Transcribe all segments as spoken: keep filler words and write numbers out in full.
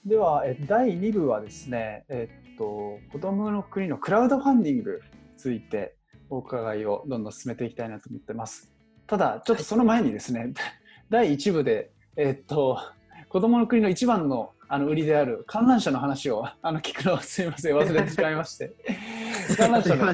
では、えだいに部はですね、えっと、子どもの国のクラウドファンディングについてお伺いをどんどん進めていきたいなと思ってます。ただ、ちょっとその前にですね、はい、だいいち部で、えっと、子どもの国の一番のあの売りである観覧車の話をあの聞くのをすみません、忘れてしまいまして。観覧車の、はい、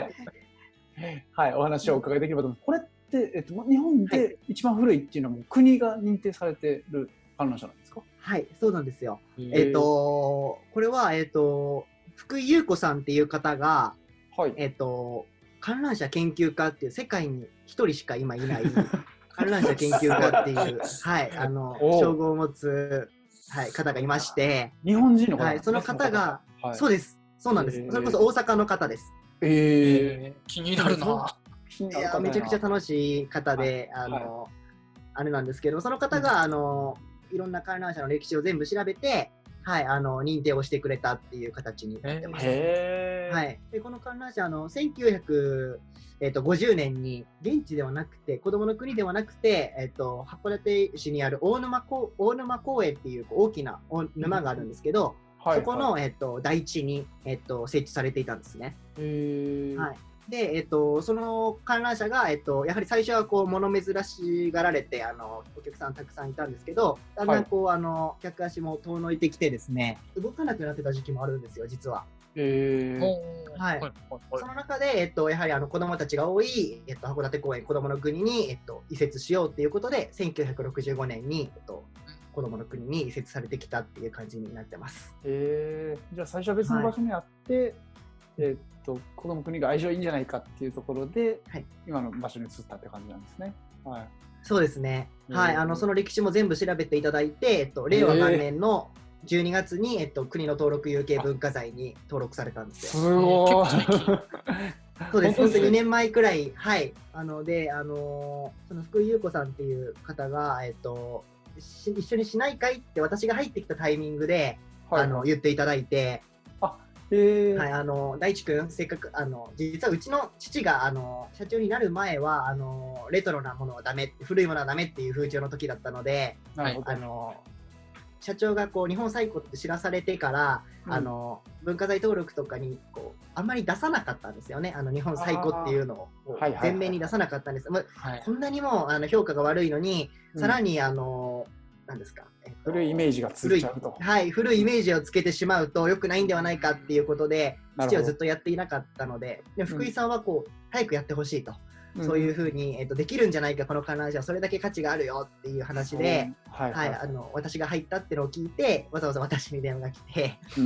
はい、お話をお伺いできればと思います。これって、えっと、日本で一番古いっていうのはもう国が認定されている観覧車なんですか？ はい、そうなんですよ。えっと、これは、えっと、福井優子さんっていう方が、はい、えっと、観覧車研究家っていう世界に一人しか今いない観覧車研究家っていう、はい、あの、称号を持つ、はい、方がいまして、 日本人の方、 はい、その方が、はい、そうです、そうなんです。それこそ大阪の方です。 えー、気になるな。 いや、めちゃくちゃ楽しい方で、はい、あの、はい、あれなんですけど、その方が、あの、いろんな観覧車の歴史を全部調べて、はい、あの認定をしてくれたっていう形になってます。 へー、 はい、でこの観覧車あのせんきゅうひゃくごじゅうねんに現地ではなくて子どもの国ではなくて、えっと、函館市にある大沼こ大沼公園っていう大きな沼があるんですけど、うん、そこの、はい、えっと、台地に、えっと、設置されていたんですね。 へー、 はい、で、えっと、その観覧車が、えっと、やはり最初はこう物珍しがられてあのお客さんたくさんいたんですけど、だんだんこう、はい、あの客足も遠のいてきてですね、動かなくなってた時期もあるんですよ、実は。 へー、 はい、はい、その中で、えっと、やはりあの子どもたちが多い、えっと、函館公園子どもの国に、えっと、移設しようということでせんきゅうひゃくろくじゅうごねんに、えっと、子どもの国に移設されてきたっていう感じになってます。 へー、じゃあ最初は別の場所にあって、はい、えー、っと子どもの国が相性いいんじゃないかっていうところで、はい、今の場所に移ったって感じなんですね。はい、 そうですね。はい、あのその歴史も全部調べていただいて、えっと、れいわ元年のじゅうにがつに、えっと、国の登録有形文化財に登録されたんですよ。 すごい。 そうです。本当ににねんまえくらい、はい、あので、あのその福井優子さんっていう方が、えっと、一緒にしないかいって私が入ってきたタイミングで、はい、あの言っていただいて。 えーはい、あの大地君、せっかくあの実はうちの父があの社長になる前はあのレトロなものはダメ、古いものはダメっていう風潮の時だったので、 なるほど、 あの社長がこう日本最古って知らされてから、うん、あの文化財登録とかにこうあんまり出さなかったんですよね。あの日本最古っていうのを前面に出さなかったんです。はいはいはい、こんなにもあの評価が悪いのに、うん、さらにあのなんですか、えっと、 古いイメージがついちゃうと、 はい、古いイメージをつけてしまうと良くないんではないかっていうことで、父はずっとやっていなかったので、で福井さんはこう、うん、早くやってほしいと、うん、そういうふうに、えっと、できるんじゃないかこの観覧車はそれだけ価値があるよっていう話で、はいはいはい、あの私が入ったってのを聞いてわざわざ私に電話が来て、うん、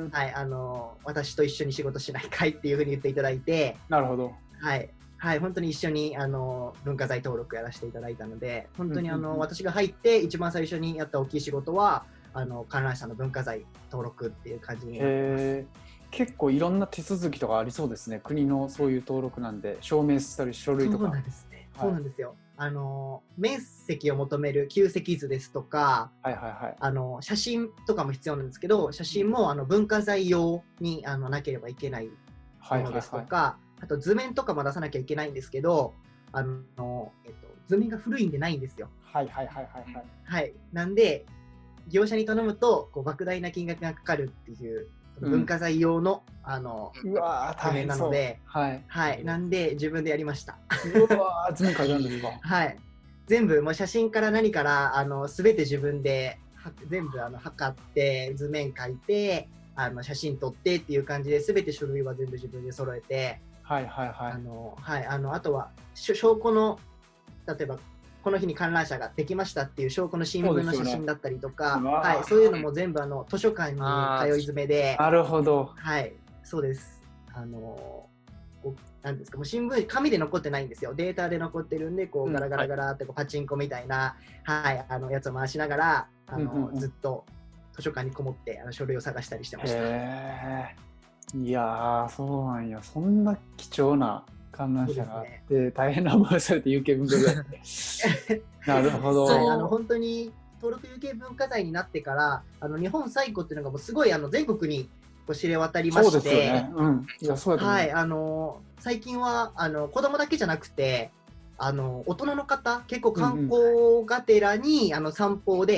はい、あの私と一緒に仕事しないかいっていうふうに言っていただいて、 なるほど、 はいはい、本当に一緒にあの文化財登録やらせていただいたので、本当にあの、うんうんうん、私が入って一番最初にやった大きい仕事はあの観覧車の文化財登録っていう感じになってます。 結構いろんな手続きとかありそうですね。国のそういう登録なんで証明したり書類とか。 そうなんですね、はい、そうなんですよ。あの面積を求める旧積図ですとか、 はいはいはい、 あの写真とかも必要なんですけど、写真もあの文化財用にあのなければいけないものですとか、はいはいはい、あと図面とかも出さなきゃいけないんですけど、あの、えっと、図面が古いんでないんですよ。 はいはいはいはいはい。 はい、なんで業者に頼むとこう莫大な金額がかかるっていう文化財用の、うん、あの図面なので、 はいはい、なんで自分でやりました。 うわー、図面描いたんですか？ はい、全部もう写真から何からあの全て自分で全部あの測って図面描いてあの写真撮ってっていう感じで全て書類は全部自分で揃えて、 はいはいはい、 あのはい、あのあとは証拠の例えばこの日に観覧車ができましたっていう証拠の新聞の写真だったりとか、そう、ね、はい、そういうのも全部あの図書館に通い詰めで、 なるほど、 はい、そうです。あのなんですか、もう新聞紙で残ってないんですよ。データで残ってるんで、こうガラガラガラってこうパチンコみたいな、はい、あのやつを回しながらあの、うんうん、ずっと図書館にこもってあの書類を探したりしてました。 へー、いやー、そうなんや。そんな貴重な観覧車があって、ね、大変な思いをされて有形文化財なるほど、 はい、あの本当に登録有形文化財になってからあの日本最古っていうのがもうすごいあの全国にこう知れ渡りまして、 そうですよね、うん、いやそうだと思う、 はい、あの最近はあの子供だけじゃなくてあの大人の方結構観光がてらに、うんうん、あの散歩で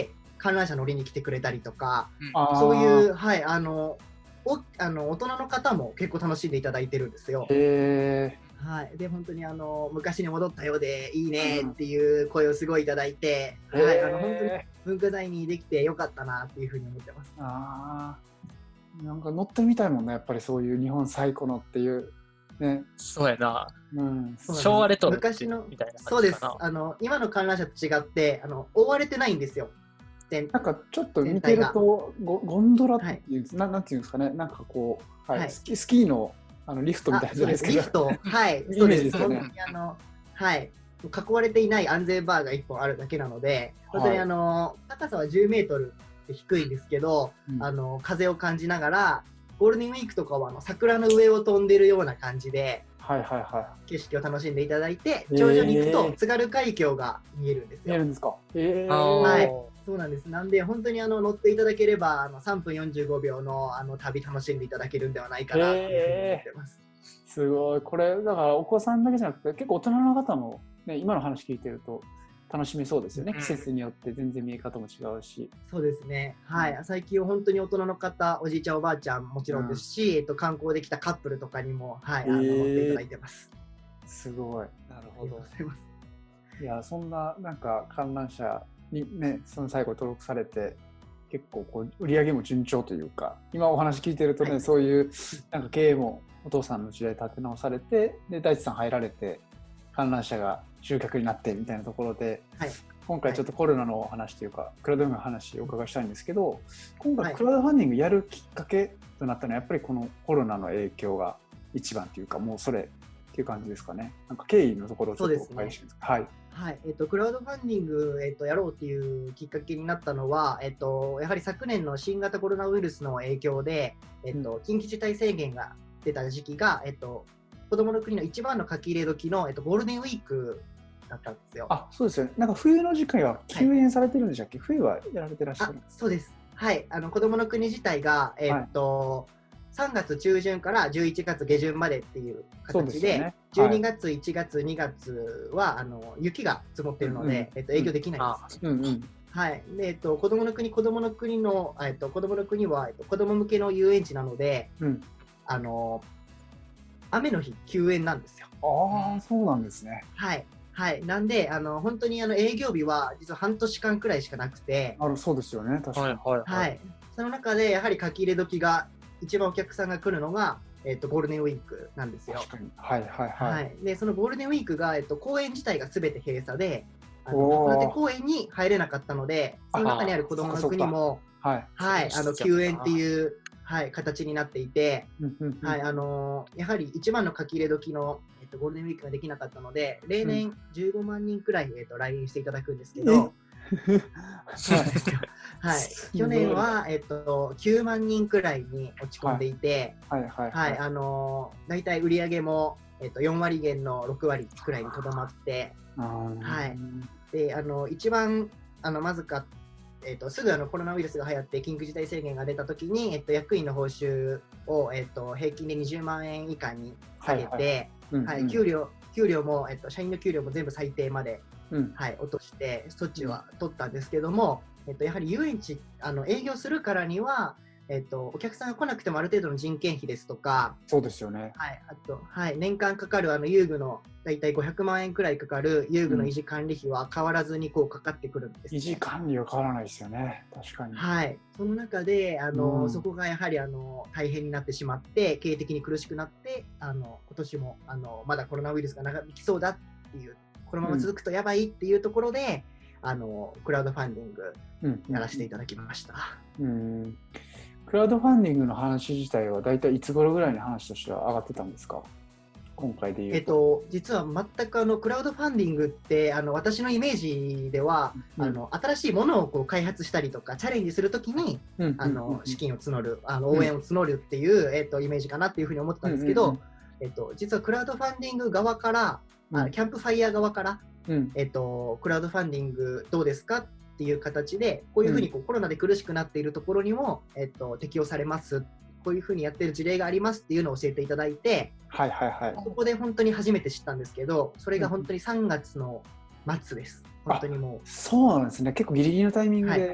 観覧車乗りに来てくれたりとか、 あーそういう、はい、あのおあの大人の方も結構楽しんでいただいてるんですよ。 へはい、で本当にあの昔に戻ったようでいいねっていう声をすごいいただいて、 ーはい、あの本当にへ文化財にできてよかったなっていうふうに思ってます。 ーあーなんか乗ってみたいもんね、やっぱりそういう日本最古のっていうね。 そうやな。 うん、 そうなんです昭和レトロ昔のみたいなそうです感じかな。 あの今の観覧車と違ってあの覆われてないんですよ。全なんかちょっと見てるとゴゴンドラっていうんです、 はななんていうんですかね、なんかこう、はいはいスキスキーのあのリフトみたいあじゃないですか。 リフト、はい、 イメーそうです。 ジですよね本当にあの、はい、囲われていない安全バーがいっぽんあるだけなので、本当にあの、高さはじゅうメートルって低いんですけど、 うんあの風を感じながら、ゴールデンウィークとかはあの桜の上を飛んでるような感じで、 はいはいは景色を楽しんでいただいて、 へー頂上に行くと津軽海峡が見えるんですい。見えるよ。 んですか。えー、 あーはいそうなんです。なんで、本当にあの乗っていただければ、あのさんぷんよんじゅうごびょうのあの旅楽しんでいただけるんではないかなというふうに思ってます。 すごい。これだからお子さんだけじゃなくて結構大人の方も、ね、今の話聞いてると楽しめそうですよね。 うん季節によって全然見え方も違うし。 そうですね。はい。最近は本当に大人の方、おじいちゃんおばあちゃんもちろんですし、えっと観光で来たカップルとかにも、はい、あのへー乗っていただいてます。 すごい。 なるありがとうございます。 いや、そんななんか観覧車にね、その最後登録されて、結構こう売り上げも順調というか、今お話聞いてるとね、 はいそういうなんか経営もお父さんの時代立て直されて、で大地さん入られて、観覧車が集客になってみたいなところで、 はい。 今回ちょっとコロナのお話というか、クラウドファンディングの話をお伺いしたいんですけど、今はい回クラウドファンディングやるきっかけとなったのはやっぱりこのコロナの影響が一番というか、もうそれっていう感じですかね。なんか経緯のところをちょっとお伺いしていいですか。はい。 はい。えっと、クラウドファンディング、えっと、やろうっていうきっかけになったのは、えっと、やはり昨年の新型コロナウイルスの影響で、えっと、緊急事態宣言が出た時期が、えっと、子どもの国の一番の書き入れ時の、えっと、ゴールデンウィークだったんですよ。 あ、そうですよね。なんか冬の時間は休園されてるんでしたっけ、冬はやられてらっしゃあるんですか。 そうです。はい。あの、子どもの国自体が、えっと、さんがつ中旬からじゅういちがつ下旬までっていうそうで形で、 すよね。 じゅうにがつ、いちがつ、にがつはあの雪が積もっているので、 うんうんえっと、営業できないんです。 うんうん。 はい。で、えっと、子どもの国、子どもの国の、えっと、子どもの国は、えっと、子ども向けの遊園地なので、 うん。 あの、雨の日休園なんですよ。 ああ、そうなんですね。 はい。はい。なんで、あの、本当にあの営業日は実は半年間くらいしかなくて、 あるそうですよね。確かに。 はいはいはいい。その中で、やはり書き入れ時が、一番お客さんが来るのが、えっと、ゴールデンウィークなんですよ。 確かに。はいはいはい。 はい、でそのゴールデンウィークが、えっと、公園自体がすべて閉鎖で、あおーの函館公園に入れなかったので、その中にある子どもの国も、 はい。 はい、あのそうか休園っていう、はい、形になっていて、 うんうんうんはいあのーやはり一番の書き入れ時の、えっと、ゴールデンウィークができなかったので、例年じゅうごまんにんくらい、えっと、来園していただくんですけど、そうなんですよ。はい、去年は、えっと、きゅうまんにんくらいに落ち込んでいて、 はいはいはい、あのー、大体売り上げも、えっと、よんわり減のろくわりくらいにとどまって、はいで、あの、一番、あの、まずか、えっと、すぐあのコロナウイルスが流行って緊急事態宣言が出たときに、えっと、役員の報酬を、えっと、平均でにじゅうまんえん以下に下げて、 うんうんはい、給料、給料も、えっと、社員の給料も全部最低まで、 うんはい、落として措置は取ったんですけども、えっと、やはり遊園地あの営業するからには、えっと、お客さんが来なくてもある程度の人件費ですとか、 そうですよね。 はい、あと、はい、年間かかるあの遊具の大体ごひゃくまんえんくらいかかる遊具の維持管理費は変わらずにこうかかってくるんです、ね維持管理は変わらないですよね。確かに。 はい、その中であの、 うんそこがやはりあの大変になってしまって経営的に苦しくなってあの今年もあのまだコロナウイルスが長引きそうだっていうこのまま続くとやばいっていうところで、うん、あのクラウドファンディングやらせていただきました。 うんうんクラウドファンディングの話自体は大体いつ頃ぐらいに話としては上がってたんですか、今回でいうと。 えっと、実は全くあのクラウドファンディングってあの私のイメージでは、うん、あの新しいものをこう開発したりとかチャレンジするときに、うん、あの資金を募るあの応援を募るっていう、うん、えっと、イメージかなっていうふうに思ってたんですけど、うんうんうんえっと、実はクラウドファンディング側から、うん、あキャンプファイヤー側から、うんえっと、クラウドファンディングどうですかっていう形でこういうふうにこう、うん、コロナで苦しくなっているところにも、えっと、適用されますこういうふうにやってる事例がありますっていうのを教えていただいて、 はいはいはい、 ここで本当に初めて知ったんですけどそれが本当にさんがつの末です、うん、本当にもうそうなんですね結構ギリギリのタイミングで、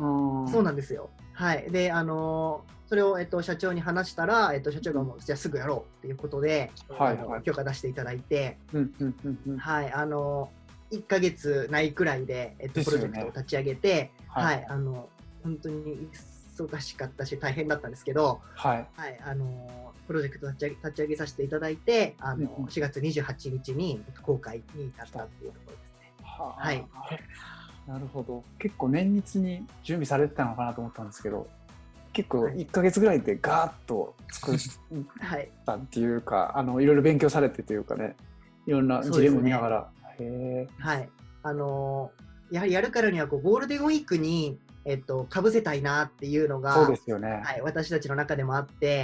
そうなんですよ。はい。で、あのー、それを、えっと、社長に話したら、えっと、社長がもう、じゃあすぐやろうっていうことで、はいはい、許可出していただいて、はい、あのー、いっかげつないくらいで、えっと、プロジェクトを立ち上げて、はい、はい、あの、本当に忙しかったし、大変だったんですけど、はい、はい、あのー、プロジェクト立ち上げ、立ち上げさせていただいて、あのー、しがつにじゅうはちにちに公開に至ったっていうところですね。は、はい。 なるほど。結構綿密に準備されてたのかなと思ったんですけど、結構いっかげつぐらいでガーッと作ったっていうか、はい、あのいろいろ勉強されてというかね、いろんな事例も見ながら。 ね、へはい。あのー、やはりやるからにはこうゴールデンウィークにえっと被せたいなっていうのが、 そうですよね。 はい、私たちの中でもあって、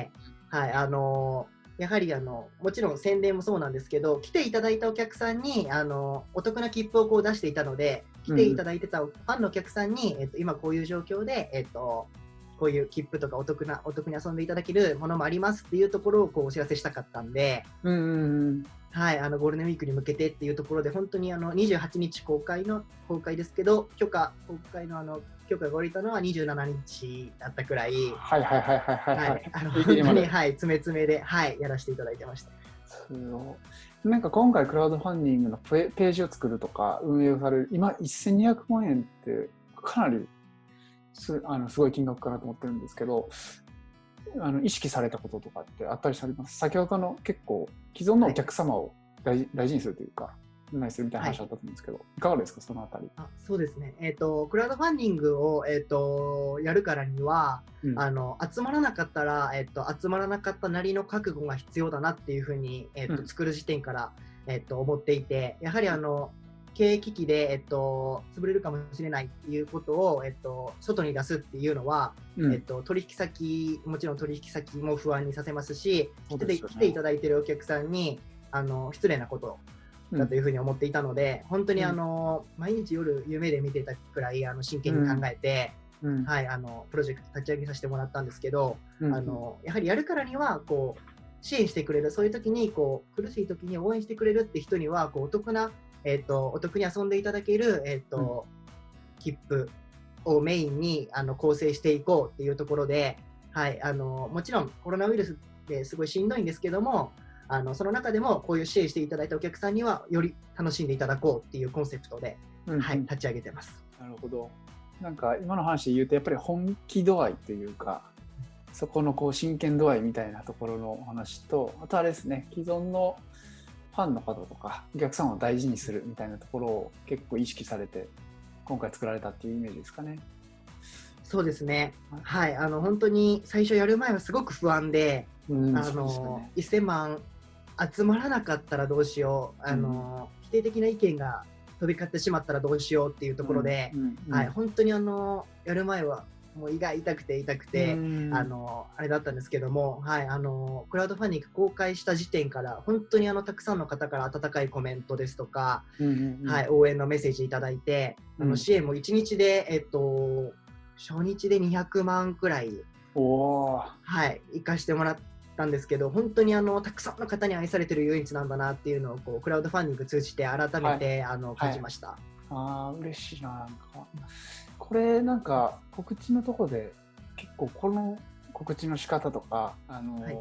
はい、あのー。やはりあのもちろん宣伝もそうなんですけど、来ていただいたお客さんにあのお得な切符をこう出していたので、来ていただいてたファンのお客さんに、うん、えっと、今こういう状況で、えっと、こういう切符とかお得なお得に遊んでいただけるものもありますっていうところをこうお知らせしたかったんで、うんうんうん、はい、あのゴールデンウィークに向けてっていうところで、本当にあのにじゅうはちにち公開の公開ですけど、許可公開のあの許可が下りたのはにじゅうしちにちだったくらい、 はいはいはいはいはい、はい、 あの本当に、はい、詰め詰めで、はい、やらせていただいてました。 なんか今回クラウドファンディングのページを作るとか運営をされる、今せんにひゃくまんえんってかなり す, あのすごい金額かなと思ってるんですけど、あの意識されたこととかってあったりされます？先ほどの結構既存のお客様を 大,、はい、大事にするというかナイスみたいな話だったと思うんですけど、はい、いかがですかそのあたり。 あそうですね、えーと、クラウドファンディングを、えーと、やるからには、うん、あの集まらなかったら、えーと、集まらなかったなりの覚悟が必要だなっていうふうに、えーとうん、作る時点から、えーと、思っていて、やはりあの経営危機で、えーと、潰れるかもしれないっていうことを、えーと、外に出すっていうのは、うんえーと、取引先もちろん取引先も不安にさせますし、来て、来ていただいているお客さんにあの失礼なことだというふうに思っていたので、うん、本当にあの、うん、毎日夜夢で見てたくらいあの真剣に考えて、うんはい、あのプロジェクト立ち上げさせてもらったんですけど、うん、あのやはりやるからにはこう支援してくれる、そういう時にこう苦しい時に応援してくれるって人にはこうお得な、えーと、お得に遊んでいただける、えーとうん、切符をメインにあの構成していこうっていうところで、はい、あのもちろんコロナウイルスですごいしんどいんですけども、あのその中でもこういう支援していただいたお客さんにはより楽しんでいただこうっていうコンセプトで、うんはい、立ち上げてます。 なるほど。なんか今の話で言うとやっぱり本気度合いというか、そこのこう真剣度合いみたいなところのお話と、あとあれですね、既存のファンの方とかお客さんを大事にするみたいなところを結構意識されて今回作られたっていうイメージですかね。 そうですね、はい、あの本当に最初やる前はすごく不安で、うん、あのね、せんまん集まらなかったらどうしよう、あの、うん、否定的な意見が飛び交ってしまったらどうしようっていうところで、うんうんうん、はい、本当にあのやる前はもう胃が痛くて痛くて、うん、あのあれだったんですけども、はい、あのクラウドファンディング公開した時点から本当にあのたくさんの方から温かいコメントですとか、うんうんうんはい、応援のメッセージいただいて、うん、あの支援もいちにちで、えっと、初日でにひゃくまんくらい、おはい、行かしてもらったんですけど、本当にあのたくさんの方に愛されてる唯一なんだなっていうのをこうクラウドファンディング通じて改めて、はい、あの感じました。はい、 あー嬉しいな。なんかこれなんか告知のところで結構この告知の仕方とか、あのーはい、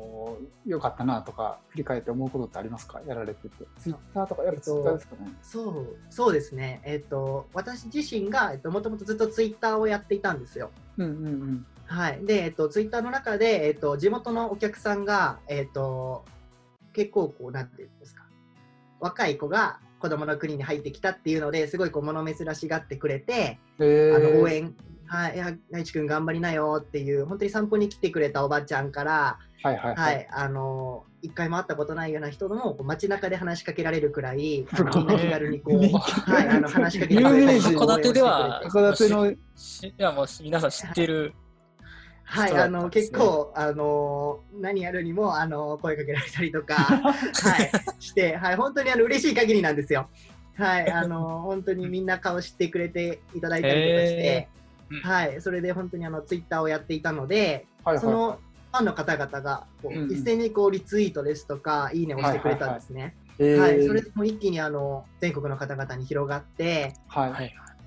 よかったなとか振り返って思うことってありますか？やられてて。ツイッターとかやっぱツイッターですかね。 えっと、そうそうですね。えっと私自身がえっともともとずっとツイッターをやっていたんですよ。うんうんうん。はい。で、えっとツイッターの中でえっと地元のお客さんがえっと結構こうなんていうんですか、若い子が子供の国に入ってきたっていうのですごいこう物珍しがってくれて、あの応援、はい、いや大地君頑張りなよっていう本当に散歩に来てくれたおばちゃんから、はいはいはいはい、あの一回も会ったことないような人もこう街中で話しかけられるくらい、あのみんな気軽にこう、はい、あの話しかけてくれる。 函館では函館のいやもう皆さん知ってる。 はい、はい、あの結構あの何やるにもあの声かけられたりとか、はい、して、はい、本当にあの嬉しい限りなんですよ。はい、あの本当にみんな顔知ってくれていただいたりとかして、はい、それで本当にあのツイッターをやっていたので、はいはいはい、そのファンの方々がこう、うん、一斉にこうリツイートですとかいいねをしてくれたんですね。はいはいはい、はい、それでも一気にあの全国の方々に広がって、はい、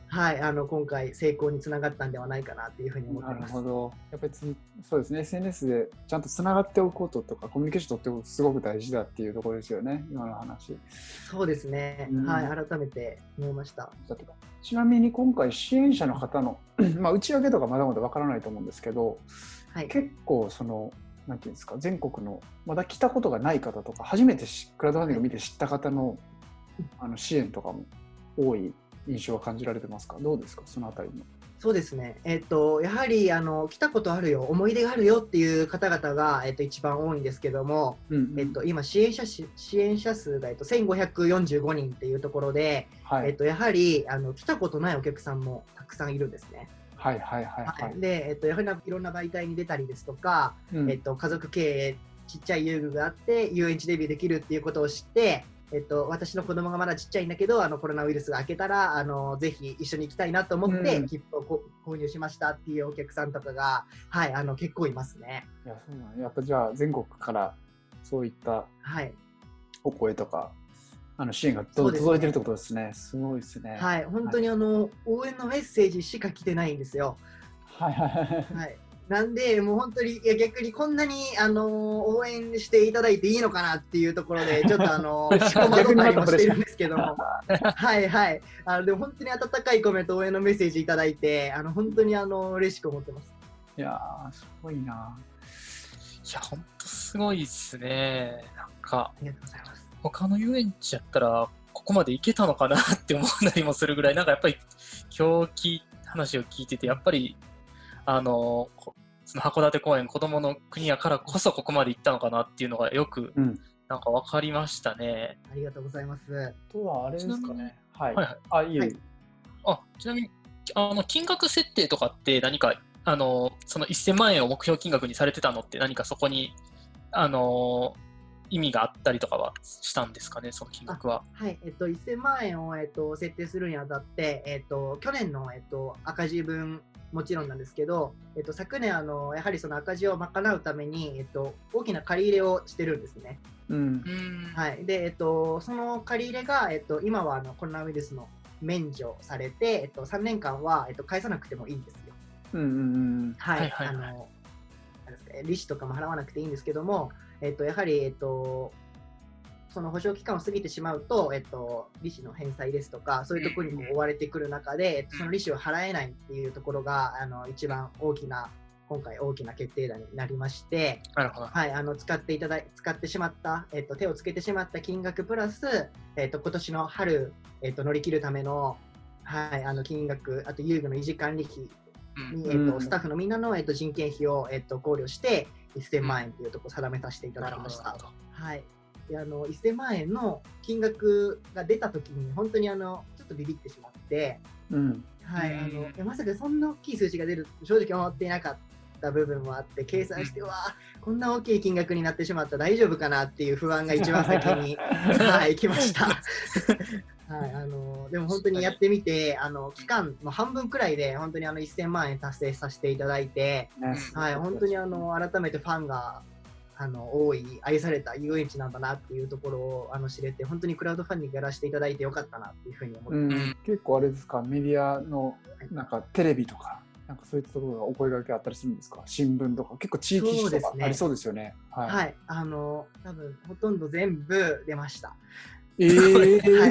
はい、あの今回成功につながったんではないかなというふうに思ってます。 なるほど。やっぱりそうですね、エスエヌエス でちゃんとつながっておくこととか、コミュニケーション取っておくことすごく大事だっていうところですよね、今の話。 そうですね、うん、はい、改めて思いました。 ちなみに今回、支援者の方の、まあ、打ち上げとかまだまだわからないと思うんですけど、はい、結構その、なんていうんですか、全国のまだ来たことがない方とか、初めてクラウドファンディングを見て知った方の、はい、あの支援とかも多い印象は感じられてますか？どうですか、そのあたりの。 そうですね、えっと、やはりあの来たことあるよ、思い出があるよっていう方々が、えっと、一番多いんですけども、うんうん、えっと、今支援者、支援者数が、えっと、せんごひゃくよんじゅうごにんっていうところで、はい、えっと、やはりあの来たことないお客さんもたくさんいるんですね。 はいはいはいはい。 で、えっと、やはりいろんな媒体に出たりですとか、うん、えっと、家族経営、ちっちゃい遊具があって遊園地デビューできるっていうことを知って、えっと、私の子供がまだちっちゃいんだけど、あのコロナウイルスが明けたらあのぜひ一緒に行きたいなと思って、うん、切符を購入しましたっていうお客さんとかが、はい、あの結構いますね。 いや、そうなんやっぱじゃあ全国からそういったお声とか、はい、あの支援が届いてるってことですね。すごいですね。 はい、本当にあの、はい、応援のメッセージしか来てないんですよ。 はいはいはい。 はい、なんで、もう本当に、いや逆にこんなに、あのー、応援していただいていいのかなっていうところで、ちょっとあのー、戸惑ったりもしてるんですけども、はいはい、あのでも本当に温かいコメント、応援のメッセージいただいて、あの本当にあの嬉しく思ってます。 いやー、すごいな。 いや、本当すごいですね。なんか、 ありがとうございます。 他の遊園地やったら、ここまで行けたのかなって思ったりもするぐらい、なんかやっぱり、今日話を聞いてて、やっぱり、あのその函館公園、子どもの国やからこそここまで行ったのかなっていうのがよくなんか分かりましたね。 うん、ありがとうございます。 あとはあれですかね。はい。 はいはい、 あ、いいよ、はい。 あ、ちなみにあの金額設定とかって何かあのそのせんまんえんを目標金額にされてたのって何かそこにあの意味があったりとかはしたんですかね、その金額は。 はい、えっと、せんまんえんを、えっと、設定するにあたって、えっと、去年の、えっと、赤字分もちろんなんですけど、えっと、昨年あのやはりその赤字を賄うために、えっと、大きな借り入れをしてるんですね。 うん、 はいでえっと、その借り入れが、えっと、今はあのコロナウイルスの免除されて、えっと、さんねんかんは、えっと、返さなくてもいいんですよ。 うんうんうんはい、あの利子とかも払わなくていいんですけども、えっと、やはり、えっと、その保証期間を過ぎてしまうと、えっと、利子の返済ですとか、そういうところに追われてくる中で、えっと、その利子を払えないっていうところが、あの一番大きな、今回大きな決定打になりまして、はい、あの使っていただい使ってしまった、えっと、手をつけてしまった金額プラス、えっと、今年の春、えっと、乗り切るための、はい、あの金額、あと遊具の維持管理費に、えっと、スタッフのみんなの、えっと、人件費を、えっと、考慮してせんまんえんというところを定めさせていただきました。はい、であのせんまんえんの金額が出たときに本当にあのちょっとビビってしまって、 うんはい、あのいやまさかそんな大きい数字が出ると正直思っていなかった部分もあって、計算して、うん、わあこんな大きい金額になってしまったら大丈夫かなっていう不安が一番先にはい来ました。はい、あのでも本当にやってみて、あの期間の半分くらいで本当にあのせんまんえん達成させていただいて、はい、本当にあの改めてファンがあの多い愛された遊園地なんだなっていうところをあの知れて、本当にクラウドファンディングやらせていただいてよかったなっていうふうに思ってます。 うん、結構あれですか、メディアのなんかテレビとか、なんかそういったところがお声掛けあったりするんですか？新聞とか結構地域紙とかありそうですよね。はい、 はい、あの多分ほとんど全部出ました。 えー、 はい、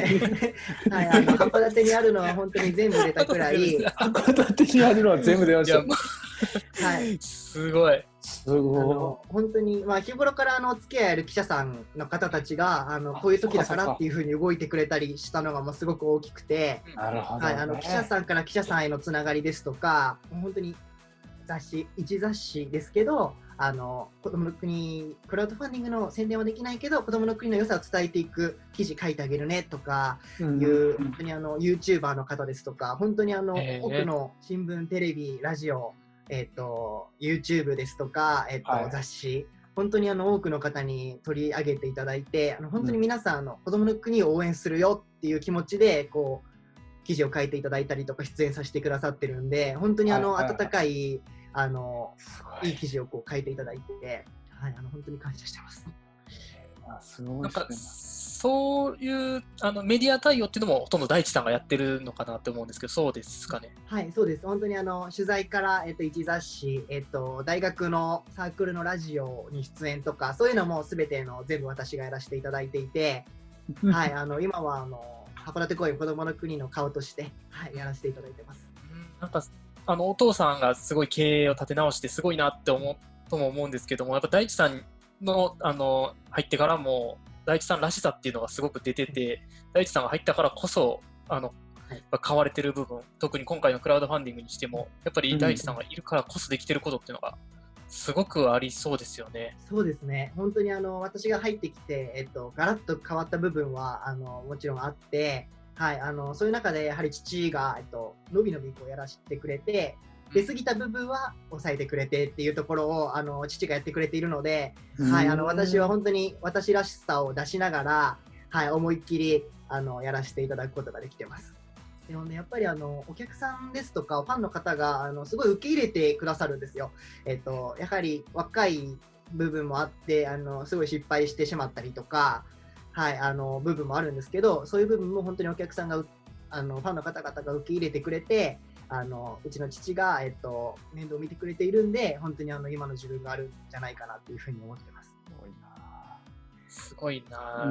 はい、あの函館にあるのは本当に全部出たくらい。 函館にあるのは全部出ました。 はい、 すごい。 すごい。本当に、まあ、日頃からあのお付き合いある記者さんの方たちがあのこういう時だからっていうふうに動いてくれたりしたのがもうすごく大きくて、 なるほど、ね、 はい、あの記者さんから記者さんへのつながりですとか、本当に雑誌、一雑誌ですけど、あの子どもの国クラウドファンディングの宣伝はできないけど子どもの国の良さを伝えていく記事書いてあげるねとかいう、うん、本当にあの YouTuber の方ですとか、本当にあの、えー、多くの新聞、テレビ、ラジオ、えー、と YouTube ですとか、えーとはい、雑誌、本当にあの多くの方に取り上げていただいて、あの本当に皆さん、あの子どもの国を応援するよっていう気持ちでこう記事を書いていただいたりとか出演させてくださってるんで、本当にあの、はいはいはい、温かいあのいい記事をこう書いていただいて、はい、あの本当に感謝してます。 あ、すごいですね。 なんかそういうあのメディア対応っていうのもほとんど大地さんがやってるのかなと思うんですけど、そうですかね。 はい、そうです。本当にあの取材から、えっと、一雑誌、えっと、大学のサークルのラジオに出演とか、そういうのもすべての全部私がやらせていただいていて、はい、あの今はあの函館公園子どもの国の顔として、はい、やらせていただいてます。 なんかあのお父さんがすごい経営を立て直してすごいなって思うとも思うんですけども、やっぱ大地さんのあの入ってからも大地さんらしさっていうのがすごく出てて、大地さんが入ったからこそあの、はい、買われてる部分、特に今回のクラウドファンディングにしてもやっぱり大地さんがいるからこそできてることっていうのがすごくありそうですよね。 そうですね。本当にあの私が入ってきて、えっと、ガラッと変わった部分はあのもちろんあって、はい、あのそういう中でやはり父が、えっと、のびのびこうやらせてくれて、出過ぎた部分は抑えてくれてっていうところをあの父がやってくれているので、はい、あの私は本当に私らしさを出しながら、はい、思いっきりあのやらせていただくことができてます。でもね、やっぱりあのお客さんですとかファンの方があのすごい受け入れてくださるんですよ。えっと、やはり若い部分もあってあのすごい失敗してしまったりとか、はい、あの部分もあるんですけど、そういう部分も本当にお客さんがあのファンの方々が受け入れてくれて、あのうちの父が、えっと、面倒を見てくれているんで、本当にあの今の自分があるんじゃないかなというふうに思ってます。 すごいな。すごいな。 うん、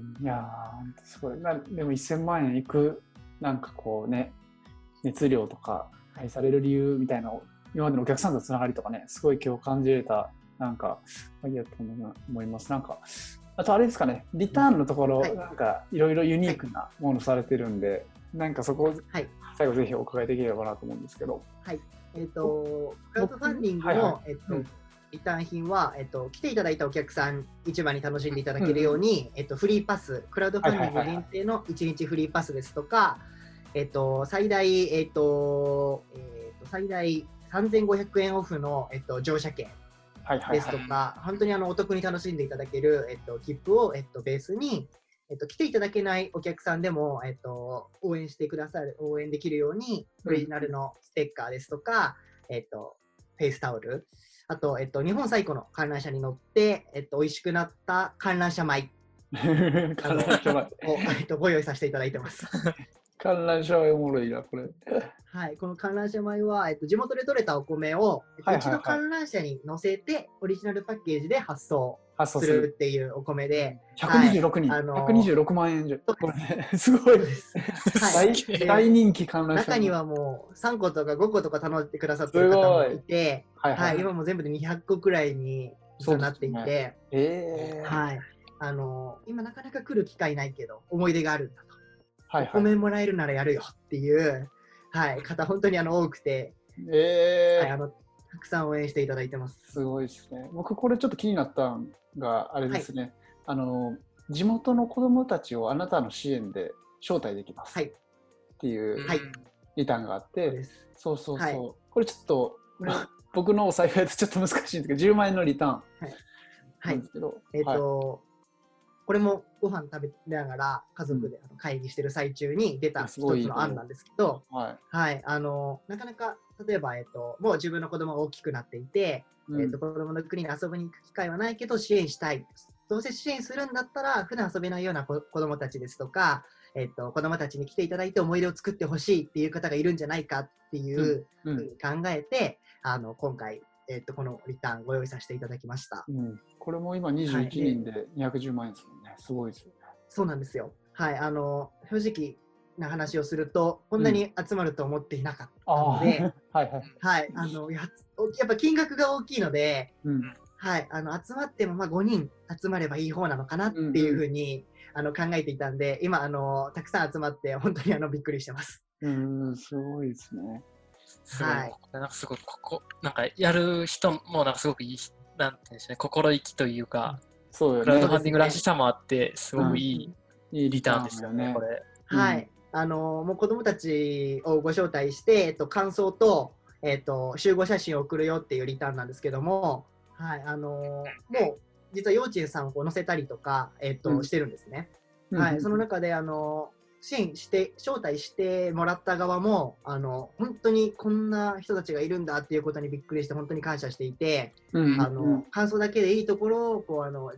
いやーすごいな。でもいっせんまんえんいくなんかこうね、熱量とか愛される理由みたいな、今までのお客さんとのつながりとかね、すごい今日感じれたなんかいいやと思います。なんかあとあれですかね、リターンのところ、はい、なんかいろいろユニークなものされてるんで、はい、なんかそこを最後ぜひお伺いできればなと思うんですけど。 はい。えっ、ー、とクラウドファンディングの、はいはい、えっ、ー、と、うんリターン品は、えっと、来ていただいたお客さん一番に楽しんでいただけるように、うんえっと、フリーパス、クラウドファンディング限定のいちにちフリーパスですとか、えっと、最大、えっとえっと、最大さんぜんごひゃくえんオフの、えっと、乗車券ですとか、はいはいはい、本当にあのお得に楽しんでいただける、えっと、切符を、えっと、ベースに、えっと、来ていただけないお客さんでも、えっと、応援してくださる、応援できるように、オリジナルのステッカーですとか、うんえっと、フェイスタオル、あと、えっと、日本最古の観覧車に乗って、えっと、美味しくなった観覧車米観覧車米を、えっと、ご用意させていただいてます。 観覧車米おもろいな、これ。 はい、この観覧車米は、えっと、地元で採れたお米を、えっと、一度観覧車に乗せて、オリジナルパッケージで発送するっていうお米で。 ひゃくにじゅうろくにん、はい、あのー、ひゃくにじゅうろくまんえんじゃ。これ、ね、すごいです。はい、大, 大人気観覧車。 中にはもうさんことかごことか頼んでくださってる方もいて、はいはいはい、今も全部でにひゃっこくらいになっていて、ねえーはい、あのー、今なかなか来る機会ないけど、思い出があるんだと。はいはい、お米もらえるならやるよっていう、はい、方本当にあの多くて、えーはい、あのたくさん応援していただいてます。 すごいですね。僕これちょっと気になったのがあれですね、はい、あの地元の子どもたちをあなたの支援で招待できます、はい、っていうリターンがあって、はい、そうそうそう、はい、これちょっと僕のお財布だとちょっと難しいんですけどじゅうまんえんのリターンなんですけど、はいはい、えっ、ー、と、はいこれもご飯食べながら家族で会議してる最中に出た一つの案なんですけど、はいはい、あのなかなか例えば、えっと、もう自分の子供が大きくなっていて、うんえっと、子供の国に遊びに行く機会はないけど支援したい。どうせ支援するんだったら普段遊べないような子供たちですとか、えっと、子供たちに来ていただいて思い出を作ってほしいっていう方がいるんじゃないかっていうふうに考えて、うんうん、あの今回えっと、このリターンご用意させていただきました、 うん、これも今にじゅういちにんでにひゃくじゅうまんえんですもんね、はい、すごいですよね。 そうなんですよ。はい、あの正直な話をするとこんなに集まると思っていなかったので、うん、はいはい、はい、あの や, やっぱ金額が大きいので、うんはい、あの集まってもまあごにん集まればいい方なのかなっていうふうに、うんうん、あの考えていたんで、今あのたくさん集まって本当にあのびっくりしてます。 うん、すごいですね。 すごい、はい、なんかすごいここなんかやる人もなんかすごくいいなんていうんでしょうね、心意気というか、そうよね、クラウドファンディングらしさもあってすごくいい、うん、いいリターンですよね、これ。 はい、うん、あのもう子どもたちをご招待して、えっと、感想と、えっと、集合写真を送るよっていうリターンなんですけども、はい、あのもう実は幼稚園さんをこう載せたりとか、えっとうん、してるんですね。うん、はい、その中であの支援して招待してもらった側もあの本当にこんな人たちがいるんだっていうことにびっくりして本当に感謝していて、うんうん、あの感想だけでいいところをこうあの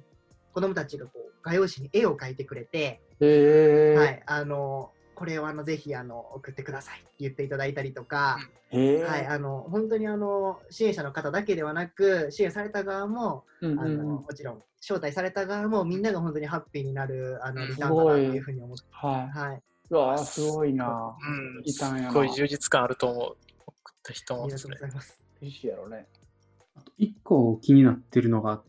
子どもたちがこう画用紙に絵を描いてくれて、 へー。 はい、あのこれをあのぜひあの送ってくださいって言っていただいたりとか、 へー。 はい、あの本当にあの支援者の方だけではなく、支援された側も、 うんうんうん、 あのもちろん招待された側もみんなが本当にハッピーになるあのリすターンだなごい。 というふうに思って、 はい。 はい、 うわー、すごいな。 うん、 リターンやな。 すごい充実感あると思う。送った人もありがとそうれ。 ございます。 嬉しいやろね。 あと一個気になってるのがあって、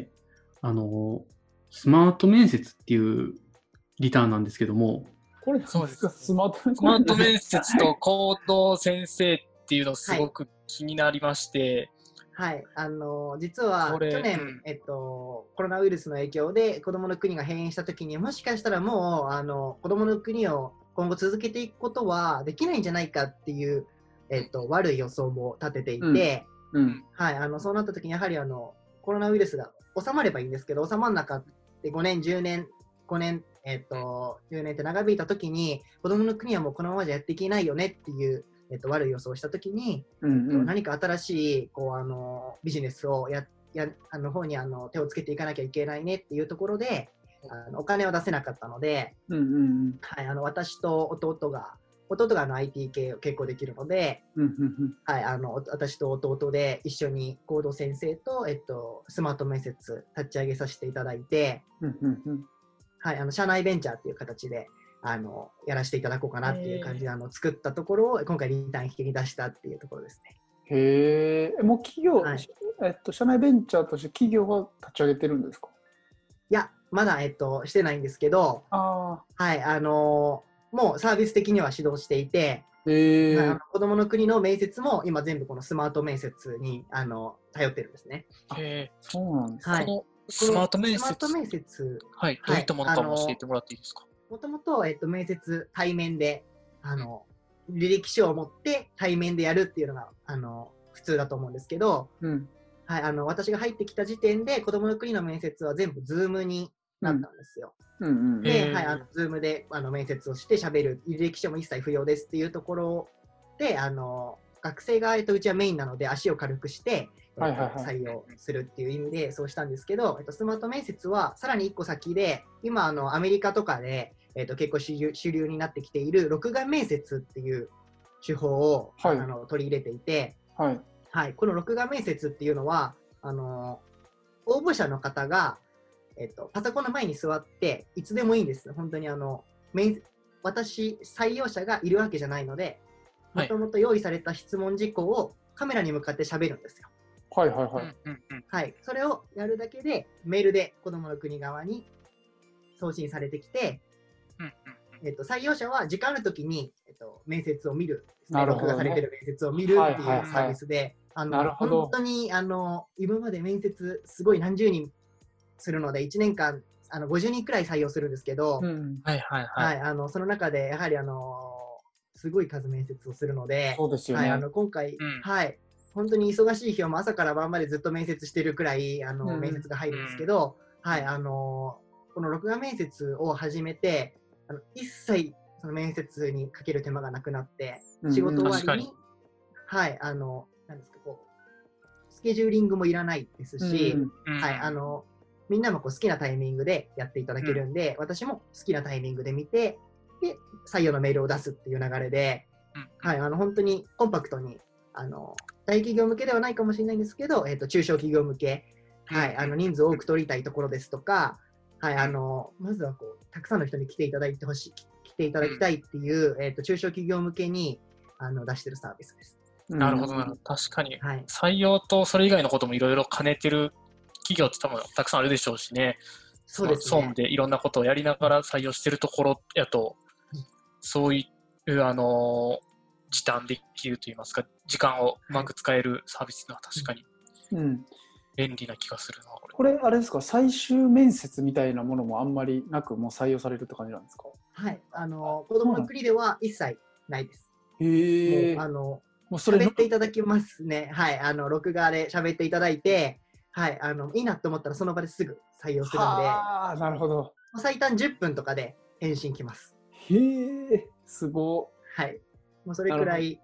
あの、スマート面接っていうリターンなんですけども、 これそうですスマート面接。 スマート面接と行動先生っていうのすごく気になりまして、 はい、あの実はこれ去年、 うんえっと、コロナウイルスの影響で子どもの国が閉園したときに、もしかしたらもうあの子どもの国を今後続けていくことはできないんじゃないかっていう、えっと、悪い予想も立てていて、 うん。 はい、あのそうなったときにやはりあのコロナウイルスが収まればいいんですけど、収まらなかったごねん、じゅうねん、ごねん、えっと、じゅうねんって長引いたときに、子どもの国はもうこのままじゃやっていけないよねっていう、えっと、悪い予想をしたときに、 うんうん、 何か新しいこうあのビジネスをややあの方にあの手をつけていかなきゃいけないねっていうところで、あのお金を出せなかったので、 うんうんうんはい、あの私と弟が弟があの アイティー 系を結構できるので、 うんうんうん、 はい、あの私と弟で一緒に合同先生と、えっと、スマート面接立ち上げさせていただいて、 うんうんうん、 はい、あの社内ベンチャーっていう形であのやらせていただこうかなっていう感じであの作ったところを今回リターン引きに出したっていうところですね。 へえ、もう企業、 はい、 えっと、社内ベンチャーとして企業が立ち上げてるんですか？ いや、まだ、えっと、してないんですけど、 あはい、あのー、もうサービス的には指導していて、 ー、へあのえ、 子どもの国の面接も今全部このスマート面接にあの頼ってるんですね。 へそうなんですか。 はい、 このスマート面接、 スマート面接、 はい、どういったものかも教えてもらっていいですか？ もともと、えっと、面接対面で、あの、履歴書を持って対面でやるっていうのが、あの、普通だと思うんですけど、 うん、 はい、あの、私が入ってきた時点で、子どもの国の面接は全部 Zoom になったんですよ。 うんうんうん、 で、 へーはい、あの Zoom であの面接をして喋る、履歴書も一切不要ですっていうところで、あの、学生が、えっと、うちはメインなので足を軽くして、 はいはいはい採用するっていう意味でそうしたんですけど、えっと、スマート面接はさらにいっこ先で、今あのアメリカとかで、えっと、結構主流、主流になってきている録画面接っていう手法を、 はい、 あの取り入れていて、 はいはい、この録画面接っていうのはあの応募者の方が、えっと、パソコンの前に座っていつでもいいんです。本当にあの面私採用者がいるわけじゃないので、もともと用意された質問事項をカメラに向かって喋るんですよ。 はいはいはい、 うんうんうん、 はい、それをやるだけでメールで子どもの国側に送信されてきて、 うんうんえっと、採用者は時間あるときに、えっと、面接を見るですね、 なるほどね録画されてる面接を見るっていうはいはいはいサービスで、あのなるほど本当にあの今まで面接すごい何十人するのでいちねんかんあのごじゅうにんくらい採用するんですけど、 うん、 はいはいははいい、 あのその中でやはりあのすごい数面接をするので、 そうですよね、 はい、あの今回、 うんはい本当に忙しい日はもう朝から晩までずっと面接してるくらいあの、 うん面接が入るんですけど、はいあのこの録画面接を始めてあの一切その面接にかける手間がなくなって、 うん仕事終わ確かにりに、はいあのなんですかこうスケジューリングもいらないですし、 うんうんはいあのみんなもこう好きなタイミングでやっていただけるんで、私も好きなタイミングで見てで採用のメールを出すっていう流れで、 うんはい、あの本当にコンパクトにあの大企業向けではないかもしれないんですけど、えー、と中小企業向け、はい、あの人数を多く取りたいところですとか、はい、あのまずはこうたくさんの人に来ていただいてほしい来ていただきたいっていう、えー、と中小企業向けにあの出してるサービスです。 なるほどなるほど、確かにはい、 採用とそれ以外のこともいろいろ兼ねてる企業って多分たくさんあるでしょうしね。 そうですね。 総務でいろんなことをやりながら採用してるところやと、そういうあの時短できるといいますか、時間をうまく使えるサービスのは確かにうん便利な気がするな、これ。 これあれですか、最終面接みたいなものもあんまりなくもう採用されるって感じなんですか？ はい、あの子供の国では一切ないです。 へえ、 もうあのもうそれ喋っていただきますね。はい、あの録画で喋っていただいて、はい、あのいいなと思ったらその場ですぐ採用するんで、 ああ、なるほど。 最短じゅっぷんとかで返信来ます。 へえ、すご。 はい、もうそれくらい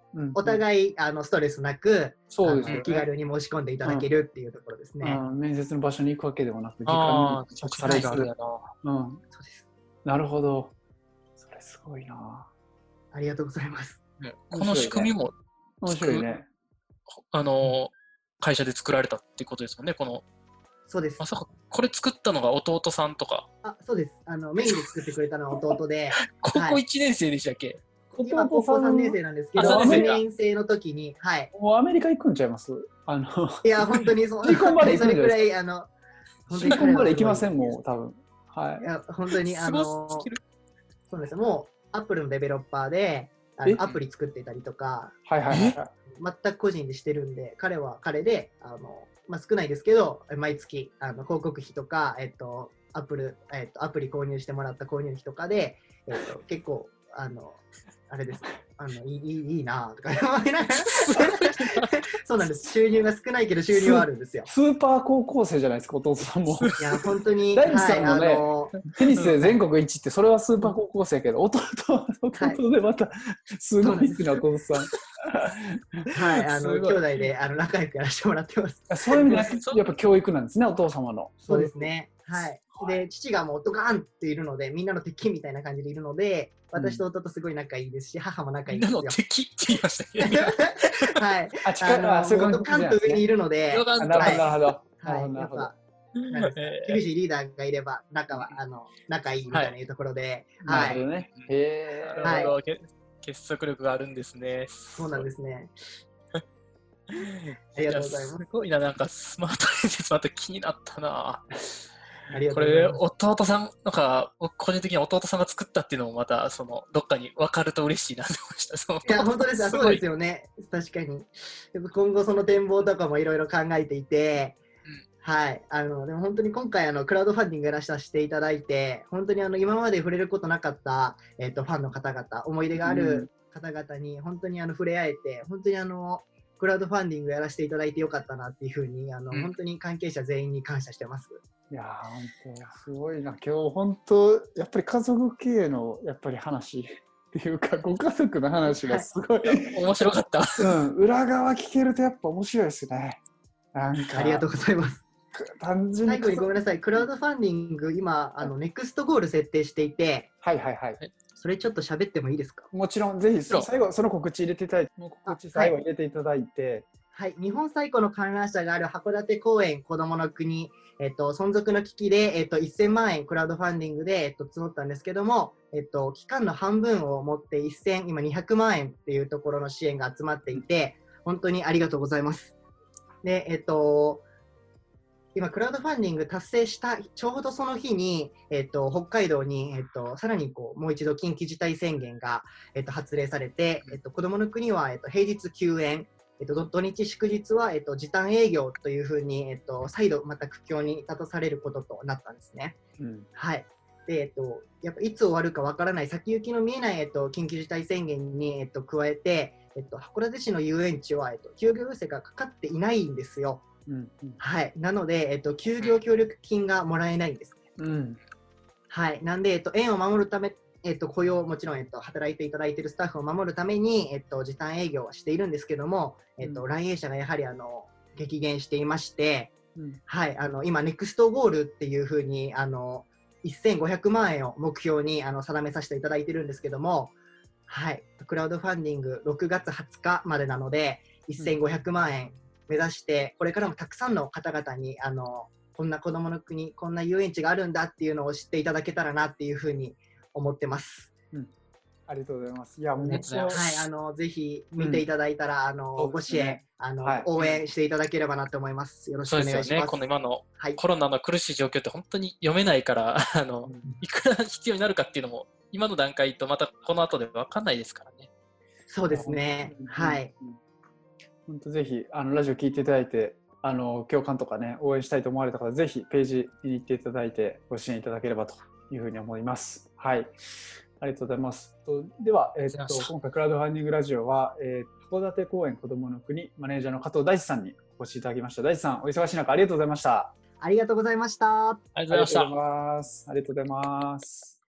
うん、 お互いあのストレスなく、 そうですよね、 気軽に申し込んでいただけるっていうところですね。 うん、面接の場所に行くわけでもなく、時ああ、 間に着されがある。 やな。 うん、 そうです。 なるほど。それすごいな。 ありがとうございます。 ね、この仕組みも面白いね。 あの会社で作られたっていうことですもんね。このそうです。 まさかこれ作ったのが弟さんとか。 あ、そうです。あのメインで作ってくれたのは弟で、 高校いちねん生でしたっけ？ はい、今高校さんねん生なんですけど、にねん生の時に、はい。 もうアメリカ行くんちゃいます？あのいや本当にそう。 シリコンバレー行くんじゃないですか？ それくらいあのシリコンバレー行きませんもん多分。はい。 いや本当にあのそうです。もうアップルのデベロッパーであのアプリ作ってたりとか、 はいはいはい、はい。 全く個人でしてるんで、彼は彼であの。まあ、少ないですけど、毎月あの広告費とか、えっと、アップル、えっと、アプリ購入してもらった購入費とかで、えっと、結構、あの、あれです、あのいいいいなとか思いながら、そうなんです、収入が少ないけど、収入はあるんですよ。 スーパー高校生じゃないですか、弟さんも。 いや、本当に、 大地さんもね、はい、あのテニスで全国一って、それはスーパー高校生やけど、弟弟でまた、すごいですね、弟さん。 はい、あの兄弟であの仲良くやらせてもらってます。 そういう意味でやっぱ教育なんですね、お父様の。 そうですね。はい。で、父がもうドカーンっているので、みんなの敵みたいな感じでいるので、私と弟すごい仲いいですし、うん、母も仲いいですよ。 みんなの敵って言いましたね。 はい。あ、力あのドカンと上にいるので、 なるほど、なるほど。 はい。やっぱ厳しいリーダーがいれば仲はあの仲いいみたいないうところで、 はい。なるほどね。へえ。なるほど。結束力があるんですね。 そうなんですね。ありがとうございます。 すごいな、なんかスマート面接また気になったな。 ありがとうございます。 これ、弟さん、なんか、僕個人的には弟さんが作ったっていうのもまた、その、どっかに分かると嬉しいなと思いました。そのいや、本当です。そうですよね。確かに。今後その展望とかもいろいろ考えていて、はい、あのでも本当に今回あのクラウドファンディングやらさせていただいて、本当にあの今まで触れることなかった、えーと、ファンの方々、思い出がある方々に本当にあの触れ合えて、本当にあのクラウドファンディングやらせていただいてよかったなっていうふうにあの、うん、本当に関係者全員に感謝してます。 いや本当すごいな。今日本当やっぱり家族経営のやっぱり話っていうかご家族の話がすごい、はい、 面白かった。 うん、裏側聞けるとやっぱ面白いですね。なんかありがとうございます。 単純に最後にごめんなさい、クラウドファンディング、今、あのネクストゴール設定していて、 はいはいはい。 それちょっと喋ってもいいですか？ もちろん、ぜひ最後、その告知入れていただいて、告知最後入れていただいて、 はい、はい、日本最古の観覧車がある函館公園こどもの国、えっと、存続の危機で、えっと、せんまんえんクラウドファンディングで、えっと、募ったんですけども、えっと、期間の半分を持ってせん、今にひゃくまんえんっていうところの支援が集まっていて、本当にありがとうございます。で、えっと、今、クラウドファンディング達成したちょうどその日に、えっと、北海道に、えっと、さらにこうもう一度緊急事態宣言が、えっと、発令されて、えっと、こどもの国は、えっと、平日休園、えっと、土日祝日は、えっと、時短営業というふうに、えっと、再度また苦境に立たされることとなったんですね。うん、はい。で、えっと、やっぱいつ終わるかわからない先行きの見えない、えっと、緊急事態宣言に、えっと、加えて、えっと、函館市の遊園地は、えっと、休業要請がかかっていないんですよ。うんうん、はい、なので、えっと、休業協力金がもらえないんですね。うん、はい、なんで、えっと、園を守るため、えっと、雇用もちろん、えっと、働いていただいているスタッフを守るために、えっと、時短営業はしているんですけども、えっと、うん、来園者がやはりあの激減していまして、うん、はい、あの今、ネクストゴールっていうふうにあのせんごひゃくまんえんを目標にあの定めさせていただいているんですけども、はい、クラウドファンディングろくがつはつかまでなので、せんごひゃくまんえん目指して、これからもたくさんの方々にあのこんな子どもの国、こんな遊園地があるんだっていうのを知っていただけたらなっていうふうに思ってます。うん、 ありがとうございます。いや、もう、 はい、あのぜひ見ていただいたら、うん、あのご支援、ね、あの、はい、応援していただければなと思います。よろしくお願いします。そうですよね、 この今のコロナの苦しい状況って本当に読めないからあの、うん、いくら必要になるかっていうのも今の段階とまたこの後で分かんないですからね。 そうですね。はい。 本当ぜひあのラジオ聞いていただいて、あの共感とかね応援したいと思われた方、ぜひページ見に行っていただいてご支援いただければというふうに思います。はい、ありがとうございます。とでは、えー、っと今回クラウドファンディングラジオは、えー、函館公園こどもの国マネージャーの加藤大地さんにお越しいただきました。大地さん、お忙しい中ありがとうございました。 ありがとうございました。 ありがとうございました。 ありがとうございます。ありがとうございます。